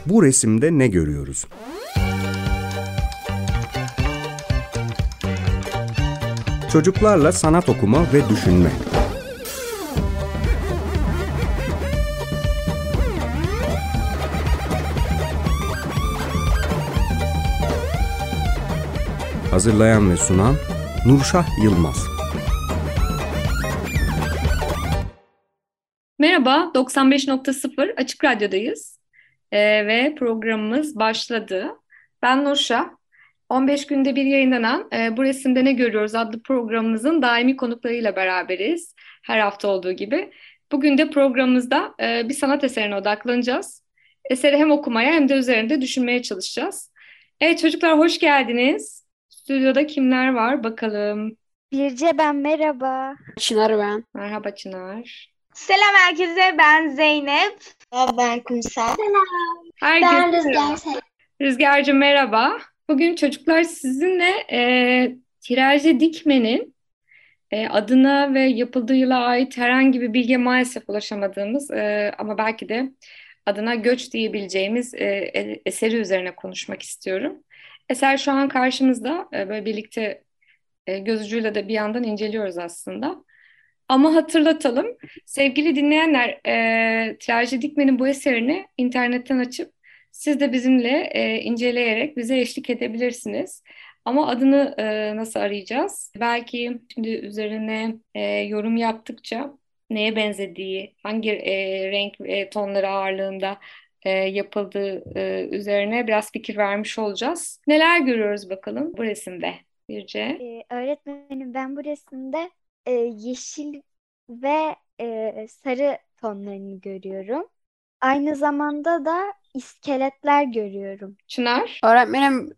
Bu resimde ne görüyoruz? Çocuklarla sanat okuma ve düşünme. Hazırlayan ve sunan Nurşah Yılmaz. Merhaba, 95.0 Açık Radyo'dayız ve programımız başladı. Ben Nurşah. 15 günde bir yayınlanan Bu Resimde Ne Görüyoruz adlı programımızın daimi konuklarıyla beraberiz. Her hafta olduğu gibi. Bugün de programımızda bir sanat eserine odaklanacağız. Eseri hem okumaya hem de üzerinde düşünmeye çalışacağız. Evet çocuklar hoş geldiniz. Stüdyoda kimler var bakalım. Birce ben merhaba. Çınar ben. Merhaba Çınar. Selam herkese, ben Zeynep. Ben Kumsal. Herkese Ben Rüzgar. merhaba. Rüzgar'cığım merhaba. Bugün çocuklar sizinle Tirajı Dikmen'in adına ve yapıldığı yıla ait herhangi bir bilgiye maalesef ulaşamadığımız ama belki de adına Göç diyebileceğimiz eseri üzerine konuşmak istiyorum. Eser şu an karşımızda. Böyle birlikte göz ucuyla da bir yandan inceliyoruz aslında. Ama hatırlatalım. Sevgili dinleyenler, Tirajı Dikmen'in bu eserini internetten açıp siz de bizimle inceleyerek bize eşlik edebilirsiniz. Ama adını nasıl arayacağız? Belki şimdi üzerine yorum yaptıkça neye benzediği, hangi renk tonları ağırlığında yapıldığı üzerine biraz fikir vermiş olacağız. Neler görüyoruz bakalım bu resimde Birce? Öğretmenim ben bu resimde yeşil ve sarı tonlarını görüyorum. Aynı zamanda da iskeletler görüyorum. Çınar? Öğretmenim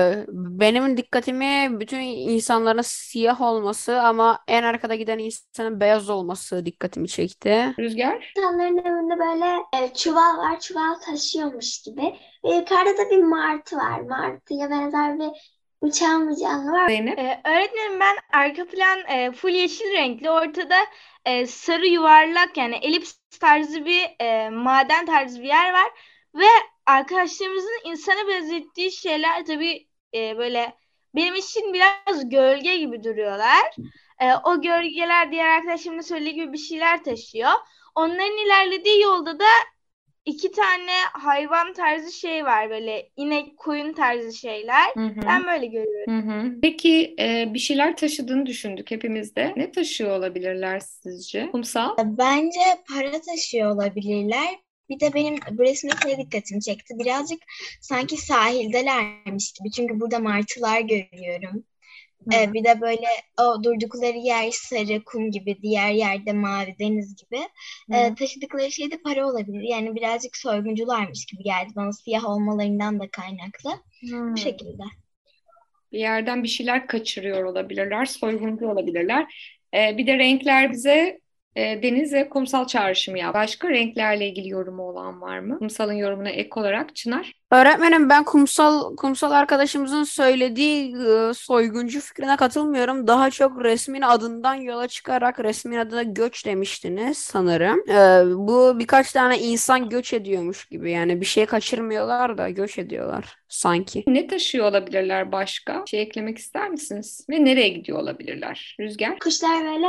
benim dikkatimi bütün insanların siyah olması ama en arkada giden insanın beyaz olması dikkatimi çekti. Rüzgar? İnsanların önünde böyle çuval var, çuval taşıyormuş gibi. Ve yukarıda da bir martı var. Martıya benzer bir uçan bir canlı var. Zeynep? Öğretmenim ben arka plan full yeşil renkli, ortada sarı yuvarlak yani elips tarzı bir maden tarzı bir yer var. Ve arkadaşlarımızın insana benzettiği şeyler tabii böyle benim için biraz gölge gibi duruyorlar. O gölgeler diğer arkadaşlarımın da söylediği gibi bir şeyler taşıyor. Onların ilerlediği yolda da iki tane hayvan tarzı şey var, böyle inek, koyun tarzı şeyler. Hı hı. Ben böyle görüyorum. Hı hı. Peki bir şeyler taşıdığını düşündük hepimiz de. Ne taşıyor olabilirler sizce? Kumsal? Bence para taşıyor olabilirler. Bir de benim bu resimde dikkatimi çekti. Birazcık sanki sahildelermiş gibi. Çünkü burada martılar görüyorum. Hı. Bir de böyle o durdukları yer sarı kum gibi, diğer yerde mavi deniz gibi. Hı. Taşıdıkları şey de para olabilir. Yani birazcık soyguncularmış gibi geldi bana, siyah olmalarından da kaynaklı. Bu şekilde. Bir yerden bir şeyler kaçırıyor olabilirler, soyguncu olabilirler. Bir de renkler bize deniz ve kumsal çağrışımı yap. Başka renklerle ilgili yorumu olan var mı? Kumsalın yorumuna ek olarak Çınar? Öğretmenim ben kumsal arkadaşımızın söylediği soyguncu fikrine katılmıyorum. Daha çok resmin adından yola çıkarak resmin adına göç demiştiniz sanırım. Bu birkaç tane insan göç ediyormuş gibi, yani bir şey kaçırmıyorlar da göç ediyorlar sanki. Ne taşıyor olabilirler başka? Bir şey eklemek ister misiniz? Ve nereye gidiyor olabilirler? Rüzgar? Kuşlar böyle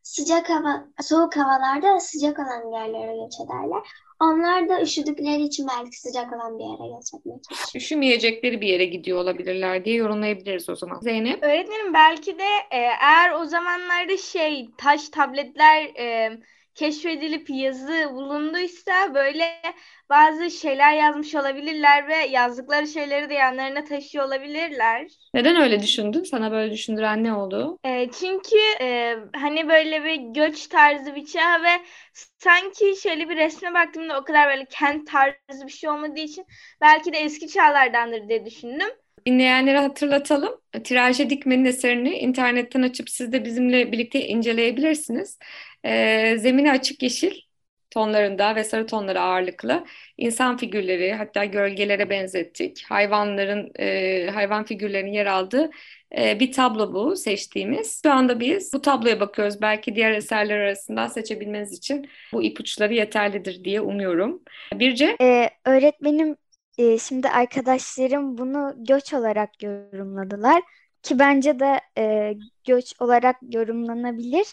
soğuk havalarda sıcak olan yerlere göç ederler. Onlar da üşüdükleri için belki sıcak olan bir yere göç etmeye çalışıyor. Üşümeyecekleri bir yere gidiyor olabilirler diye yorumlayabiliriz o zaman. Zeynep? Öğretmenim belki de eğer o zamanlarda taş tabletler keşfedilip yazı bulunduysa böyle bazı şeyler yazmış olabilirler ve yazdıkları şeyleri de yanlarına taşıyor olabilirler. Neden öyle düşündün? Sana böyle düşündüren ne oldu? Çünkü hani böyle bir göç tarzı bir çağ ve sanki şöyle bir resme baktığımda o kadar böyle kent tarzı bir şey olmadığı için belki de eski çağlardandır diye düşündüm. Dinleyenlere hatırlatalım. Tirajı Dikmen'in eserini internetten açıp siz de bizimle birlikte inceleyebilirsiniz. Zemini açık yeşil tonlarında ve sarı tonları ağırlıklı. İnsan figürleri, hatta gölgelere benzettik. Hayvan figürlerinin yer aldığı bir tablo bu seçtiğimiz. Şu anda biz bu tabloya bakıyoruz. Belki diğer eserler arasından seçebilmeniz için bu ipuçları yeterlidir diye umuyorum. Birce? Öğretmenim Şimdi arkadaşlarım bunu göç olarak yorumladılar ki bence de göç olarak yorumlanabilir.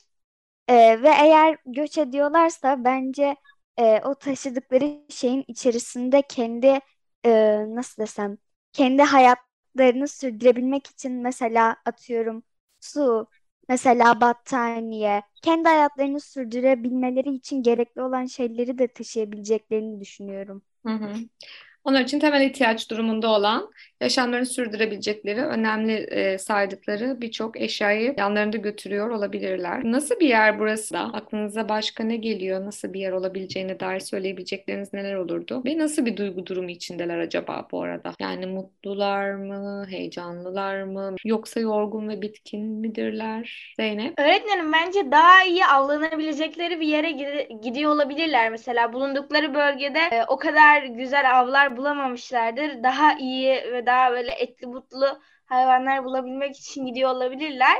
Ve eğer göç ediyorlarsa bence o taşıdıkları şeyin içerisinde kendi nasıl desem kendi hayatlarını sürdürebilmek için mesela atıyorum su, mesela battaniye, kendi hayatlarını sürdürebilmeleri için gerekli olan şeyleri de taşıyabileceklerini düşünüyorum. Hı hı. Onlar için temel ihtiyaç durumunda olan, yaşamlarını sürdürebilecekleri, önemli saydıkları birçok eşyayı yanlarında götürüyor olabilirler. Nasıl bir yer burası da? Aklınıza başka ne geliyor? Nasıl bir yer olabileceğine dair söyleyebilecekleriniz neler olurdu? Ve nasıl bir duygu durumu içindeler acaba bu arada? Yani mutlular mı, heyecanlılar mı, yoksa yorgun ve bitkin midirler? Zeynep? Öğretmenim bence daha iyi avlanabilecekleri bir yere gidiyor olabilirler. Mesela bulundukları bölgede o kadar güzel avlar bulamamışlardır. Daha iyi ve daha böyle etli butlu hayvanlar bulabilmek için gidiyor olabilirler.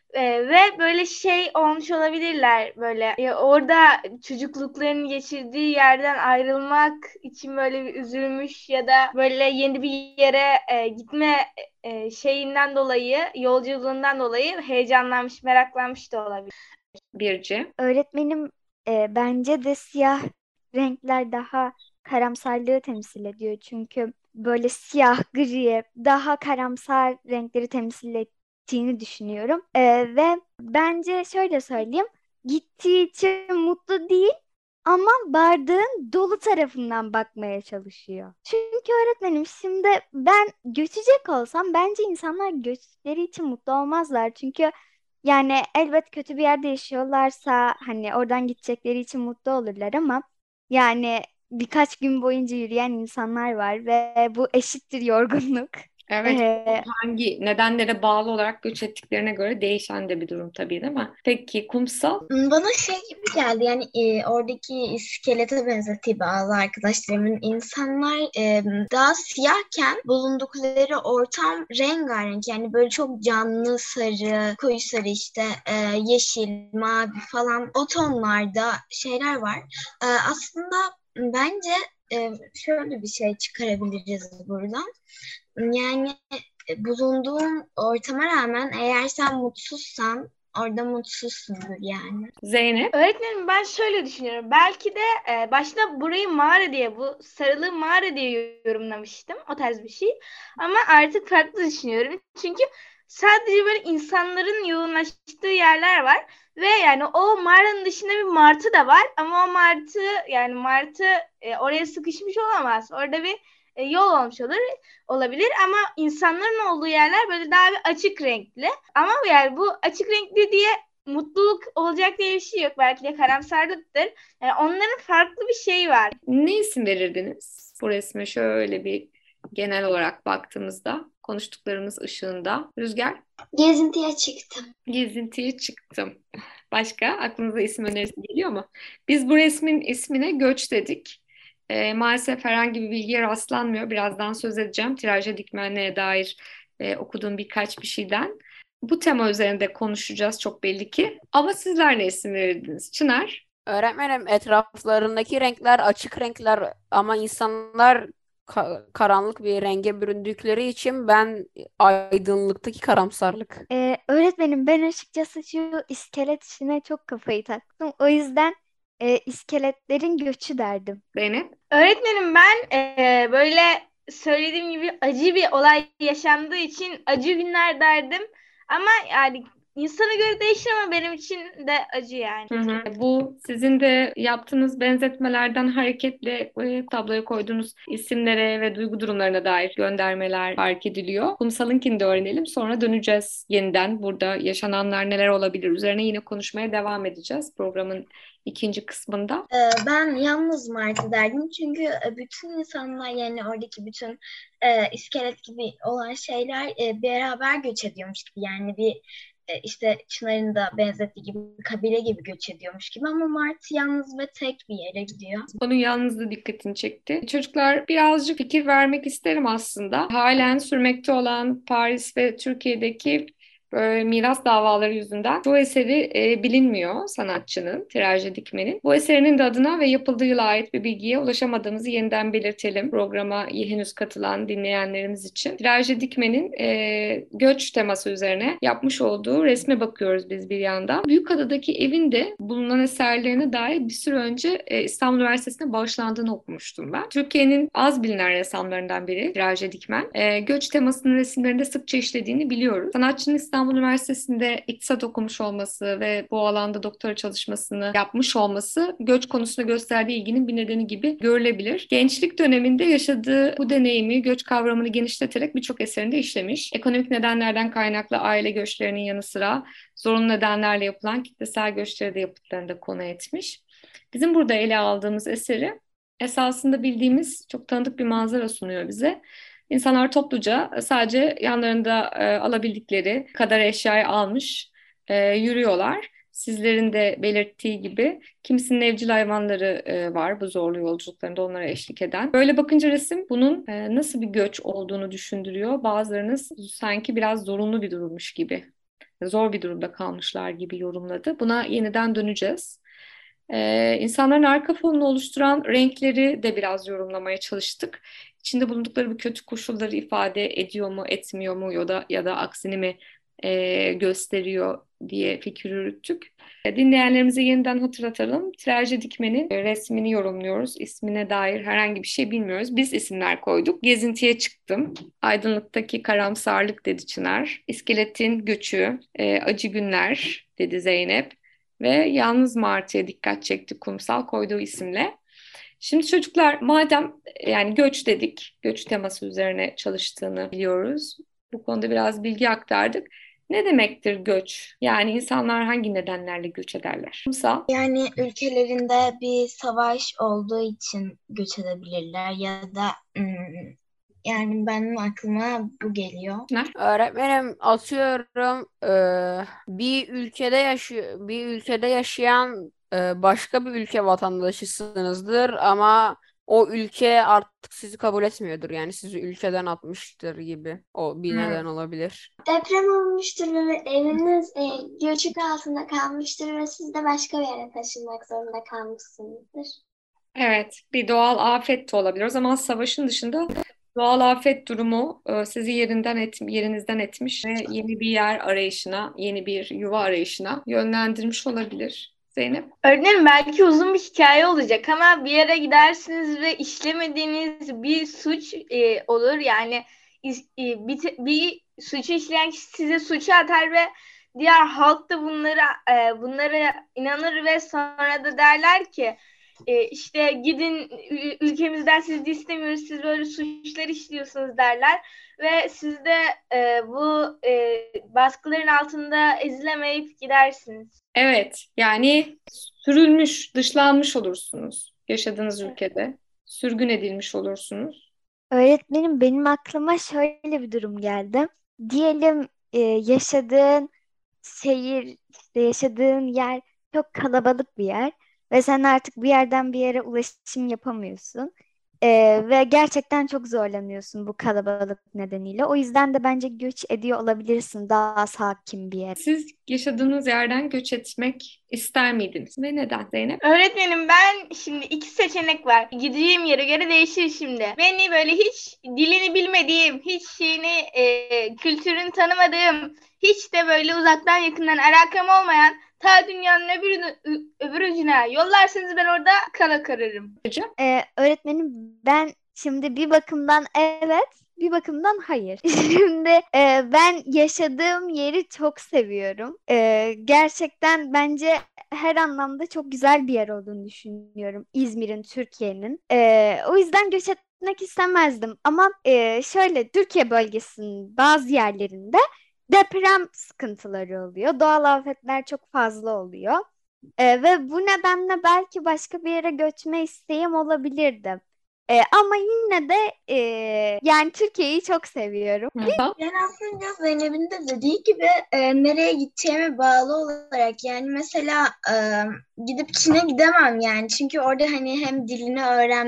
Ve böyle şey olmuş olabilirler, böyle orada çocukluklarını geçirdiği yerden ayrılmak için böyle bir üzülmüş ya da böyle yeni bir yere gitme şeyinden dolayı, yolculuğundan dolayı heyecanlanmış, meraklanmış da olabilir. Birci. Öğretmenim bence de siyah renkler daha karamsarlığı temsil ediyor. Çünkü böyle siyah, gri, daha karamsar renkleri temsil ettiğini düşünüyorum. Ve bence şöyle söyleyeyim, gittiği için mutlu değil ama bardağın dolu tarafından bakmaya çalışıyor. Çünkü öğretmenim şimdi ben göçecek olsam bence insanlar göçleri için mutlu olmazlar. Çünkü yani elbet kötü bir yerde yaşıyorlarsa hani oradan gidecekleri için mutlu olurlar ama yani birkaç gün boyunca yürüyen insanlar var ve bu eşittir yorgunluk. Evet, bu Ee, hangi nedenlere bağlı olarak göç ettiklerine göre değişen de bir durum tabii, değil mi? Peki kumsal? Bana şey gibi geldi, yani oradaki iskelete benzettiği bazı arkadaşlarımın, insanlar daha siyahken bulundukları ortam rengarenk, yani böyle çok canlı sarı, koyu sarı, işte yeşil, mavi falan, o tonlarda şeyler var. Aslında bence şöyle bir şey çıkarabiliriz buradan. Yani bulunduğun ortama rağmen eğer sen mutsuzsan orada mutsuzsundur yani. Zeynep? Öğretmenim ben şöyle düşünüyorum. Belki de başta burayı mağara diye, bu sarılığı mağara diye yorumlamıştım. O tarz bir şey. Ama artık farklı düşünüyorum. Çünkü sadece böyle insanların yoğunlaştığı yerler var. Ve yani o mağaranın dışında bir martı da var. Ama o martı, yani martı oraya sıkışmış olamaz. Orada bir yol olmuş olabilir. Ama insanların olduğu yerler böyle daha bir açık renkli. Ama yani bu açık renkli diye mutluluk olacak diye bir şey yok. Belki de karamsarlıktır. Yani onların farklı bir şeyi var. Ne isim verirdiniz bu resme şöyle bir genel olarak baktığımızda, konuştuklarımız ışığında? Rüzgar? Gezintiye çıktım. Gezintiye çıktım. Başka aklınıza isim önerisi geliyor mu? Biz bu resmin ismine göç dedik. Maalesef herhangi bir bilgiye rastlanmıyor. Birazdan söz edeceğim. Tiraja dikmenliğe dair okuduğum birkaç bir şeyden. Bu tema üzerinde konuşacağız çok belli ki. Ama sizler ne isim verirdiniz? Çınar? Öğretmenim, etraflarındaki renkler açık renkler ama insanlar karanlık bir renge büründükleri için ben aydınlıktaki karamsarlık. Öğretmenim ben açıkçası şu iskelet işine çok kafayı taktım. O yüzden iskeletlerin göçü derdim. Zeynep? Öğretmenim ben böyle söylediğim gibi acı bir olay yaşandığı için acı günler derdim. Ama yani insana göre değişir ama benim için de acı yani. Hı hı. Bu sizin de yaptığınız benzetmelerden hareketle tabloya koyduğunuz isimlere ve duygu durumlarına dair göndermeler fark ediliyor. Kumsal'ınkini de öğrenelim. Sonra döneceğiz yeniden. Burada yaşananlar neler olabilir? Üzerine yine konuşmaya devam edeceğiz programın ikinci kısmında. Ben yalnız Martı derdim çünkü bütün insanlar, yani oradaki bütün iskelet gibi olan şeyler beraber göç ediyormuş gibi, yani bir işte Çınar'ın da benzettiği gibi kabile gibi göç ediyormuş gibi, ama Martı yalnız ve tek bir yere gidiyor. Onun yalnızlığı dikkatini çekti. Çocuklar, birazcık fikir vermek isterim aslında. Halen sürmekte olan Paris ve Türkiye'deki Böyle miras davaları yüzünden çoğu eseri bilinmiyor sanatçının, Tirajı Dikmen'in. Bu eserinin de adına ve yapıldığı yıla ait bir bilgiye ulaşamadığımızı yeniden belirtelim. Programa henüz katılan dinleyenlerimiz için. Tirajı Dikmen'in göç teması üzerine yapmış olduğu resme bakıyoruz biz bir yandan. Büyükada'daki evinde bulunan eserlerine dair bir süre önce İstanbul Üniversitesi'ne bağışlandığını okumuştum ben. Türkiye'nin az bilinen ressamlarından biri Tirajı Dikmen. Göç temasının resimlerinde sıkça işlediğini biliyoruz. Sanatçının İstanbul Üniversitesi'nde iktisat okumuş olması ve bu alanda doktora çalışmasını yapmış olması göç konusuna gösterdiği ilginin bir nedeni gibi görülebilir. Gençlik döneminde yaşadığı bu deneyimi, göç kavramını genişleterek birçok eserinde işlemiş. Ekonomik nedenlerden kaynaklı aile göçlerinin yanı sıra zorunlu nedenlerle yapılan kitlesel göçleri de yapıtlarında konu etmiş. Bizim burada ele aldığımız eseri esasında bildiğimiz çok tanıdık bir manzara sunuyor bize. İnsanlar topluca sadece yanlarında alabildikleri kadar eşyayı almış yürüyorlar. Sizlerin de belirttiği gibi kimisinin evcil hayvanları var bu zorlu yolculuklarında onlara eşlik eden. Böyle bakınca resim bunun nasıl bir göç olduğunu düşündürüyor. Bazılarınız sanki biraz zorunlu bir durummuş gibi, zor bir durumda kalmışlar gibi yorumladı. Buna yeniden döneceğiz. İnsanların arka fonunu oluşturan renkleri de biraz yorumlamaya çalıştık. İçinde bulundukları bu kötü koşulları ifade ediyor mu, etmiyor mu ya da aksini mi gösteriyor diye fikir yürüttük. Dinleyenlerimize yeniden hatırlatalım. Tirajı Dikmen'in resmini yorumluyoruz. İsmine dair herhangi bir şey bilmiyoruz. Biz isimler koyduk. Gezintiye çıktım. Aydınlıktaki karamsarlık dedi Çınar. İskeletin göçü, acı günler dedi Zeynep. Ve Yalnız Martı'ya dikkat çekti Kumsal koyduğu isimle. Şimdi çocuklar madem yani göç dedik, göç teması üzerine çalıştığını biliyoruz. Bu konuda biraz bilgi aktardık. Ne demektir göç? Yani insanlar hangi nedenlerle göç ederler? Kumsal. Yani ülkelerinde bir savaş olduğu için göç edebilirler ya da yani benim aklıma bu geliyor. Öğretmenim atıyorum bir ülkede yaşayan başka bir ülke vatandaşısınızdır ama o ülke artık sizi kabul etmiyordur. Yani sizi ülkeden atmıştır gibi. O bir neden olabilir. Deprem olmuştur ve eviniz göçük altında kalmıştır ve siz de başka bir yere taşınmak zorunda kalmışsınızdır. Evet, bir doğal afet de olabilir. O zaman savaşın dışında doğal afet durumu sizi yerinizden etmiş ve yeni bir yer arayışına, yeni bir yuva arayışına yönlendirmiş olabilir. Zeynep? Öğretmenim belki uzun bir hikaye olacak ama bir yere gidersiniz ve işlemediğiniz bir suç olur. Yani bir suçu işleyen kişi size suçu atar ve diğer halk da bunlara inanır ve sonra da derler ki işte gidin ülkemizden sizi istemiyoruz, siz böyle suçlar işliyorsunuz derler ve siz de bu baskıların altında ezilemeyip gidersiniz. Evet, yani sürülmüş, dışlanmış olursunuz yaşadığınız ülkede. Sürgün edilmiş olursunuz. Öğretmenim benim aklıma şöyle bir durum geldi. Diyelim yaşadığın şehir, işte yaşadığın yer çok kalabalık bir yer ve sen artık bir yerden bir yere ulaşım yapamıyorsun. Ve gerçekten çok zorlanıyorsun bu kalabalık nedeniyle. O yüzden de bence göç ediyor olabilirsin daha sakin bir yere. Siz yaşadığınız yerden göç etmek ister miydiniz ve neden Zeynep? Öğretmenim ben şimdi iki seçenek var. Gideceğim yere göre değişir şimdi. Beni böyle hiç dilini bilmediğim, hiç kültürünü tanımadığım, hiç de böyle uzaktan yakından alakam olmayan ta dünyanın öbür ucuna yollarsınız ben orada kala kararım. Öğretmenim ben şimdi bir bakımdan evet, bir bakımdan hayır. Şimdi ben yaşadığım yeri çok seviyorum. Gerçekten bence her anlamda çok güzel bir yer olduğunu düşünüyorum. İzmir'in, Türkiye'nin. O yüzden göç etmek istemezdim. Ama şöyle Türkiye bölgesinin bazı yerlerinde deprem sıkıntıları oluyor. Doğal afetler çok fazla oluyor. Ve bu nedenle belki başka bir yere göçme isteğim olabilirdi. Ama yine de yani Türkiye'yi çok seviyorum. Yani aslında Zeynep'in de dediği gibi nereye gideceğime bağlı olarak yani mesela gidip Çin'e gidemem yani çünkü orada hani hem dilini öğrenmek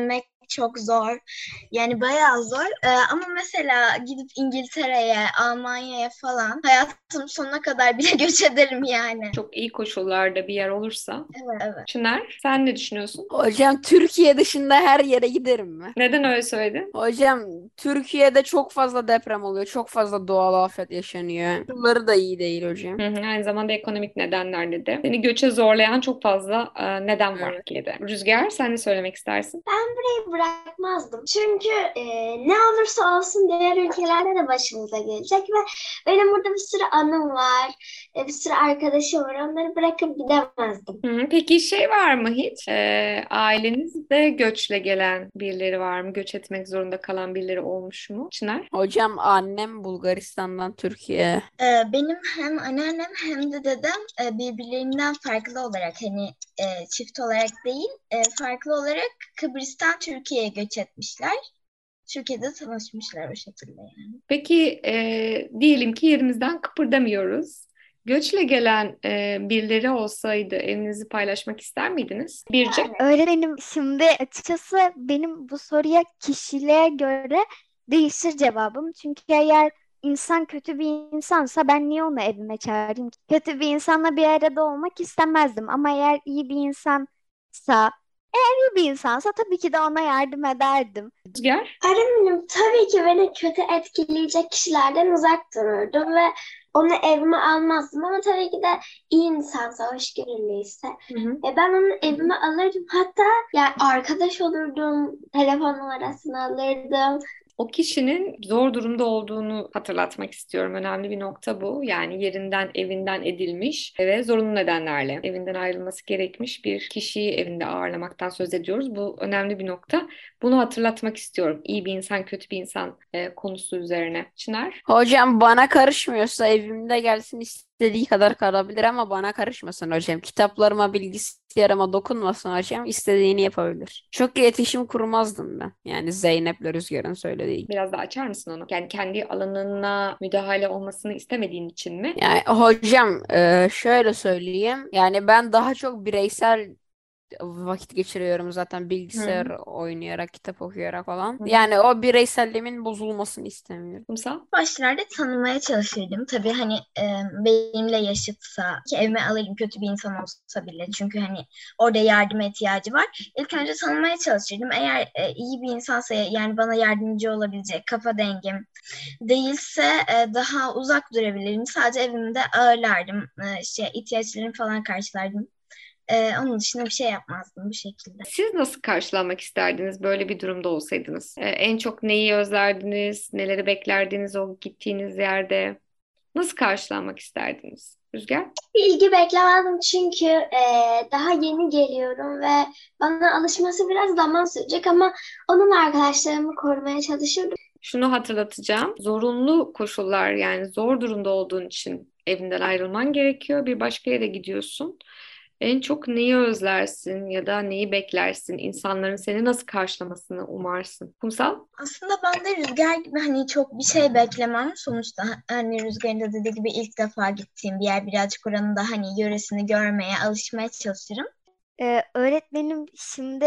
çok zor. Yani bayağı zor. Ama mesela gidip İngiltere'ye, Almanya'ya falan hayatım sonuna kadar bile göç ederim yani. Çok iyi koşullarda bir yer olursa. Evet, evet. Çınar, sen ne düşünüyorsun? Hocam Türkiye dışında her yere giderim mi? Neden öyle söyledin? Hocam Türkiye'de çok fazla deprem oluyor. Çok fazla doğal afet yaşanıyor. Bunları da iyi değil hocam. Aynı zamanda ekonomik nedenlerle de. Seni göçe zorlayan çok fazla neden var Evet. Türkiye'de. Rüzgar, sen ne söylemek istersin? Bırakmazdım. Çünkü ne olursa olsun diğer ülkelerde de başımıza gelecek ve benim burada bir sürü anım var, bir sürü arkadaşım var. Onları bırakıp gidemezdim. Peki şey var mı hiç? Ailenizde göçle gelen birileri var mı? Göç etmek zorunda kalan birileri olmuş mu? Çınar? Hocam annem Bulgaristan'dan Türkiye'ye. Benim hem anneannem hem de dedem birbirlerinden farklı olarak hani çift olarak değil farklı olarak Kıbrıs'tan Türkiye'ye göç etmişler. Türkiye'de tanışmışlar o şekilde yani. Peki diyelim ki yerimizden kıpırdamıyoruz. Göçle gelen birileri olsaydı evinizi paylaşmak ister miydiniz? Birce. Öğretmenim, şimdi açıkçası benim bu soruya kişiliğe göre değişir cevabım. Çünkü eğer insan kötü bir insansa ben niye onu evime çağırayım ki? Kötü bir insanla bir arada olmak istemezdim. Ama eğer iyi bir insansa, tabii ki de ona yardım ederdim. Rüzgar? Öğretmenim, tabii ki beni kötü etkileyecek kişilerden uzak dururdum ve onu evime almazdım ama tabii ki de iyi insansa, hoşgörülüyse ben onu evime alırdım. Hatta yani arkadaş olurdum, telefon numarasını alırdım. O kişinin zor durumda olduğunu hatırlatmak istiyorum. Önemli bir nokta bu. Yani yerinden, evinden edilmiş ve zorunlu nedenlerle evinden ayrılması gerekmiş bir kişiyi evinde ağırlamaktan söz ediyoruz. Bu önemli bir nokta. Bunu hatırlatmak istiyorum. İyi bir insan, kötü bir insan konusu üzerine. Çınar? Hocam bana karışmıyorsa evimde gelsin istediği kadar kalabilir ama bana karışmasın hocam. Kitaplarıma, bilgisayarıma dokunmasın hocam. İstediğini yapabilir. Çok iletişim kurmazdım ben. Yani Zeynep'le Rüzgar'ın söylediği gibi. Biraz daha açar mısın onu? Yani kendi alanına müdahale olmasını istemediğin için mi? Yani hocam şöyle söyleyeyim. Yani ben daha çok bireysel vakit geçiriyorum zaten bilgisayar oynayarak, kitap okuyarak falan. Yani o bireyselliğimin bozulmasını istemiyorum. Kumsal? Başlarda tanımaya çalışırdım. Tabii hani benimle yaşıtsa ki evime alırım kötü bir insan olsa bile. Çünkü hani orada yardıma ihtiyacı var. İlk önce tanımaya çalışırdım. Eğer iyi bir insansa yani bana yardımcı olabilecek kafa dengim değilse daha uzak durabilirim. Sadece evimde ağırlardım. İhtiyaçlarımı falan karşılardım. Onun dışında bir şey yapmazdım bu şekilde. Siz nasıl karşılanmak isterdiniz böyle bir durumda olsaydınız? En çok neyi özlerdiniz? Neleri beklerdiniz o gittiğiniz yerde? Nasıl karşılanmak isterdiniz? Rüzgar? İlgi beklemezdim çünkü daha yeni geliyorum ve bana alışması biraz zaman sürecek ama onun arkadaşlarımı korumaya çalışırdım. Şunu hatırlatacağım. Zorunlu koşullar yani zor durumda olduğun için evinden ayrılman gerekiyor. Bir başka yere gidiyorsun. En çok neyi özlersin ya da neyi beklersin? İnsanların seni nasıl karşılamasını umarsın? Kumsal? Aslında ben de Rüzgar gibi hani çok bir şey beklemem. Sonuçta hani Rüzgar'ın da dediği gibi ilk defa gittiğim bir yer birazcık oranın da hani yöresini görmeye, alışmaya çalışırım. Öğretmenim, şimdi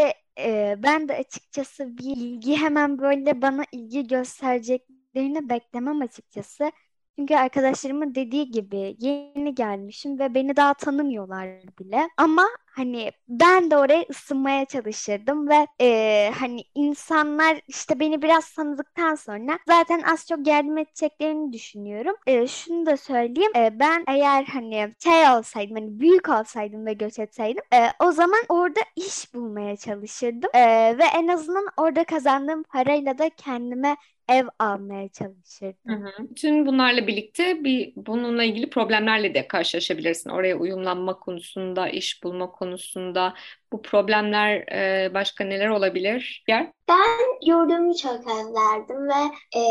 ben de açıkçası bir ilgi hemen böyle bana ilgi göstereceklerini beklemem açıkçası. Çünkü arkadaşlarımın dediği gibi yeni gelmişim ve beni daha tanımıyorlar bile. Ama hani ben de oraya ısınmaya çalışırdım ve hani insanlar işte beni biraz tanıdıktan sonra zaten az çok yardım edeceklerini düşünüyorum. Şunu da söyleyeyim. Ben eğer hani şey olsaydım, hani büyük olsaydım ve göç etseydim, o zaman orada iş bulmaya çalışırdım. Ve en azından orada kazandığım parayla da kendime ev almaya çalışırdım. Bütün bunlarla birlikte bununla ilgili problemlerle de karşılaşabilirsin. Oraya uyumlanma konusunda, iş bulma konusunda. Bu problemler başka neler olabilir? Ben yurdumu çok özlerdim ve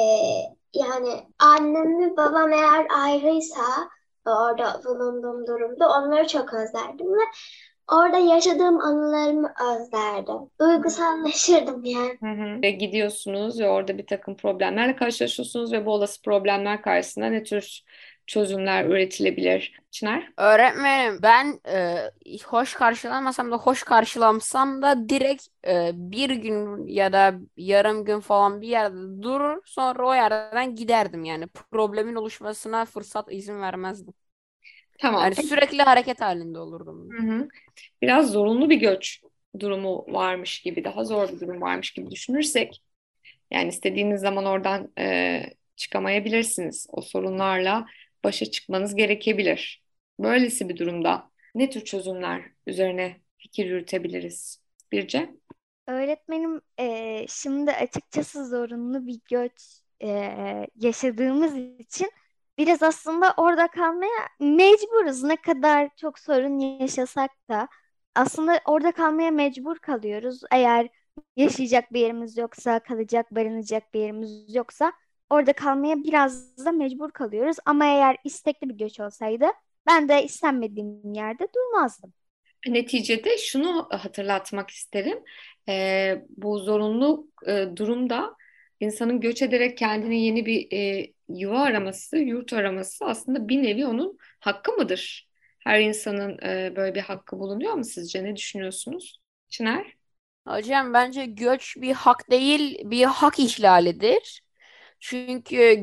yani annemle babam eğer ayrıysa orada bulunduğum durumda onları çok özlerdim ve orada yaşadığım anılarımı özlerdim. Duygusallaşırdım yani. Ve gidiyorsunuz ve orada bir takım problemlerle karşılaşıyorsunuz ve bu olası problemler karşısında ne tür çözümler üretilebilir? Çınar? Öğretmenim ben hoş karşılanmasam da hoş karşılansam da direkt bir gün ya da yarım gün falan bir yerde durur sonra o yerden giderdim yani problemin oluşmasına izin vermezdim. Tamam. Yani sürekli hareket halinde olurdum. Hı hı. Biraz zorunlu bir göç durumu varmış gibi, daha zor bir durum varmış gibi düşünürsek, yani istediğiniz zaman oradan çıkamayabilirsiniz. O sorunlarla başa çıkmanız gerekebilir. Böylesi bir durumda ne tür çözümler üzerine fikir yürütebiliriz? Birce? Öğretmenim, şimdi açıkçası zorunlu bir göç yaşadığımız için biraz aslında orada kalmaya mecburuz. Ne kadar çok sorun yaşasak da aslında orada kalmaya mecbur kalıyoruz. Eğer yaşayacak bir yerimiz yoksa, kalacak, barınacak bir yerimiz yoksa orada kalmaya biraz da mecbur kalıyoruz. Ama eğer istekli bir göç olsaydı ben de istenmediğim yerde durmazdım. Neticede şunu hatırlatmak isterim. Bu zorunlu durumda insanın göç ederek kendine yeni bir yuva araması, yurt araması aslında bir nevi onun hakkı mıdır? Her insanın böyle bir hakkı bulunuyor mu sizce? Ne düşünüyorsunuz? Çınar? Hocam bence göç bir hak değil bir hak ihlalidir. Çünkü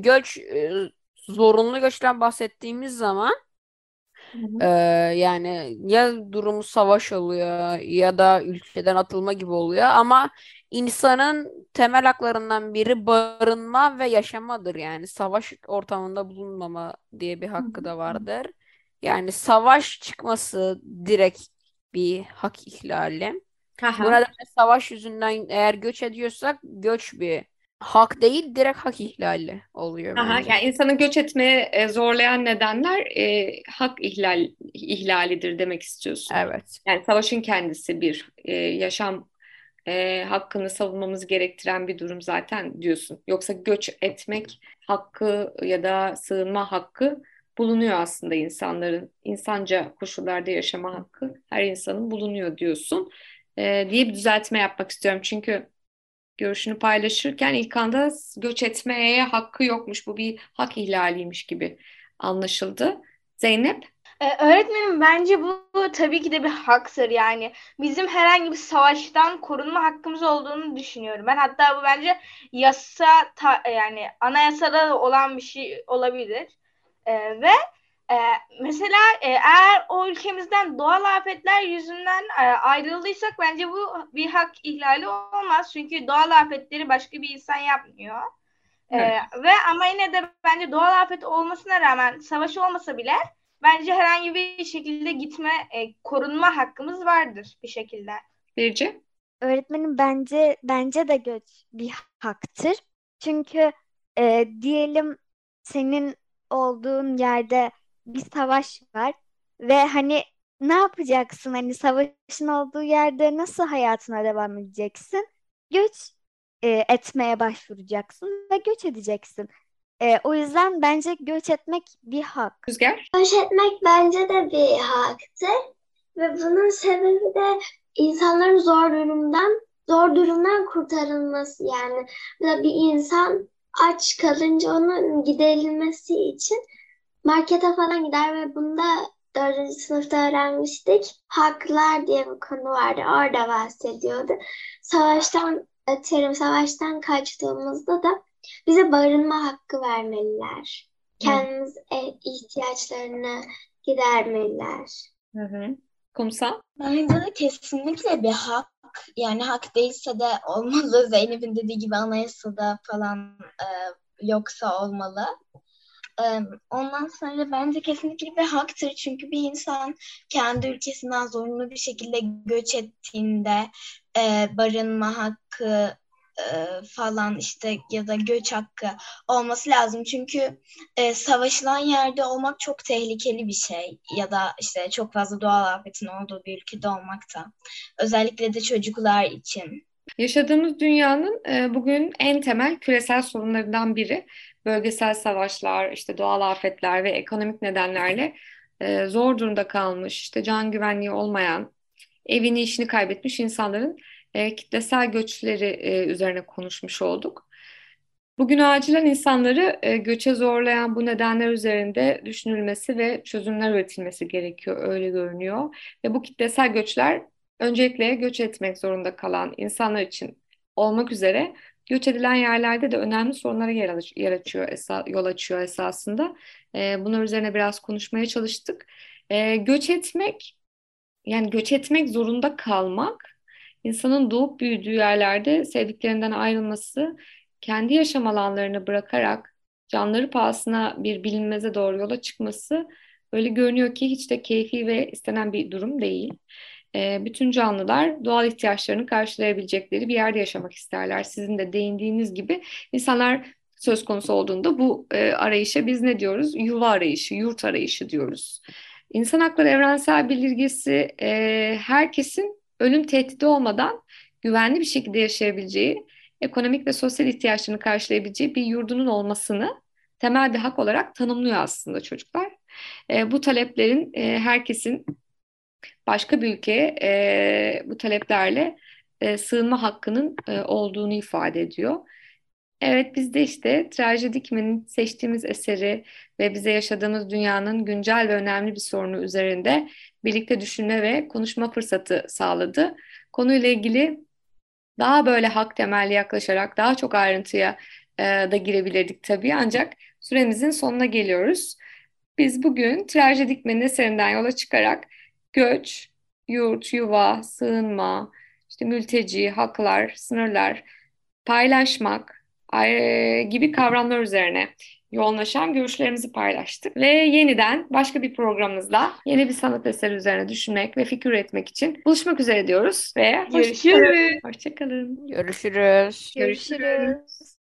zorunlu göçten bahsettiğimiz zaman Hı hı. Ee, yani ya durumu savaş oluyor ya da ülkeden atılma gibi oluyor ama insanın temel haklarından biri barınma ve yaşamadır yani savaş ortamında bulunmama diye bir Hı hakkı da hı. vardır. Yani savaş çıkması direkt bir hak ihlali. Bu Aha. nedenle savaş yüzünden eğer göç ediyorsak göç bir hak değil direkt hak ihlali oluyor Aha. bence. Yani insanı göç etmeye zorlayan nedenler hak ihlalidir demek istiyorsun. Evet. Yani savaşın kendisi bir yaşam hakkını savunmamız gerektiren bir durum zaten diyorsun. Yoksa göç etmek hakkı ya da sığınma hakkı bulunuyor aslında insanların. İnsanca koşullarda yaşama hakkı her insanın bulunuyor diyorsun. Diye bir düzeltme yapmak istiyorum. Çünkü görüşünü paylaşırken ilk anda göç etmeye hakkı yokmuş. Bu bir hak ihlaliymiş gibi anlaşıldı. Zeynep? Öğretmenim bence bu tabii ki de bir haktır yani. Bizim herhangi bir savaştan korunma hakkımız olduğunu düşünüyorum. Ben hatta bu bence yani anayasada da olan bir şey olabilir. Ve e, mesela eğer o ülkemizden doğal afetler yüzünden ayrıldıysak bence bu bir hak ihlali olmaz. Çünkü doğal afetleri başka bir insan yapmıyor. Evet. Ama yine de bence doğal afet olmasına rağmen savaş olmasa bile bence herhangi bir şekilde korunma hakkımız vardır bir şekilde. Birce? Öğretmenim, bence de göç bir haktır. Çünkü diyelim senin olduğun yerde bir savaş var ve hani ne yapacaksın? Hani savaşın olduğu yerde nasıl hayatına devam edeceksin? Göç etmeye başvuracaksın ve göç edeceksin. O yüzden bence göç etmek bir hak. Rüzgar? Göç etmek bence de bir haktır ve bunun sebebi de insanların zor durumdan kurtarılması yani. Mesela bir insan aç kalınca onun giderilmesi için markete falan gider ve bunda 4. sınıfta öğrenmiştik. Haklar diye bir konu vardı. Orada bahsediyordu. Savaştan kaçtığımızda da bize barınma hakkı vermeliler. Hı Kendimiz ihtiyaçlarını gidermeliler. hı. Kumsal? Bence de kesinlikle bir hak. Yani hak değilse de olmalı. Zeynep'in dediği gibi anayasada falan yoksa olmalı. Ondan sonra bence kesinlikle bir haktır. Çünkü bir insan kendi ülkesinden zorunlu bir şekilde göç ettiğinde barınma hakkı falan işte ya da göç hakkı olması lazım. Çünkü savaşılan yerde olmak çok tehlikeli bir şey. Ya da işte çok fazla doğal afetin olduğu bir ülkede olmak da. Özellikle de çocuklar için. Yaşadığımız dünyanın bugün en temel küresel sorunlarından biri bölgesel savaşlar, işte doğal afetler ve ekonomik nedenlerle zor durumda kalmış, işte can güvenliği olmayan, evini işini kaybetmiş insanların kitlesel göçleri üzerine konuşmuş olduk. Bugün acilen insanları göçe zorlayan bu nedenler üzerinde düşünülmesi ve çözümler üretilmesi gerekiyor, öyle görünüyor. Ve bu kitlesel göçler öncelikle göç etmek zorunda kalan insanlar için olmak üzere göç edilen yerlerde de önemli sorunlara yol açıyor esasında. Bunlar üzerine biraz konuşmaya çalıştık. Göç etmek, yani göç etmek zorunda kalmak, insanın doğup büyüdüğü yerlerde sevdiklerinden ayrılması, kendi yaşam alanlarını bırakarak canları pahasına bir bilinmeze doğru yola çıkması öyle görünüyor ki hiç de keyfi ve istenen bir durum değil. Bütün canlılar doğal ihtiyaçlarını karşılayabilecekleri bir yerde yaşamak isterler. Sizin de değindiğiniz gibi insanlar söz konusu olduğunda bu arayışa biz ne diyoruz? Yuva arayışı, yurt arayışı diyoruz. İnsan hakları evrensel bildirgesi herkesin ölüm tehdidi olmadan güvenli bir şekilde yaşayabileceği, ekonomik ve sosyal ihtiyaçlarını karşılayabileceği bir yurdunun olmasını temel bir hak olarak tanımlıyor aslında çocuklar. Bu taleplerin herkesin başka bir ülkeye bu taleplerle sığınma hakkının olduğunu ifade ediyor. Evet, biz de işte Traje Dikmen'in seçtiğimiz eseri ve bize yaşadığımız dünyanın güncel ve önemli bir sorunu üzerinde birlikte düşünme ve konuşma fırsatı sağladı. Konuyla ilgili daha böyle hak temelli yaklaşarak daha çok ayrıntıya da girebilirdik tabii, ancak süremizin sonuna geliyoruz. Biz bugün Traje Dikmen'in eserinden yola çıkarak göç, yurt, yuva, sığınma, işte mülteci, haklar, sınırlar, paylaşmak gibi kavramlar üzerine yoğunlaşan görüşlerimizi paylaştık. Ve yeniden başka bir programımızda yeni bir sanat eseri üzerine düşünmek ve fikir üretmek için buluşmak üzere diyoruz ve Görüşürüz. hoşça kalın. Görüşürüz. Görüşürüz.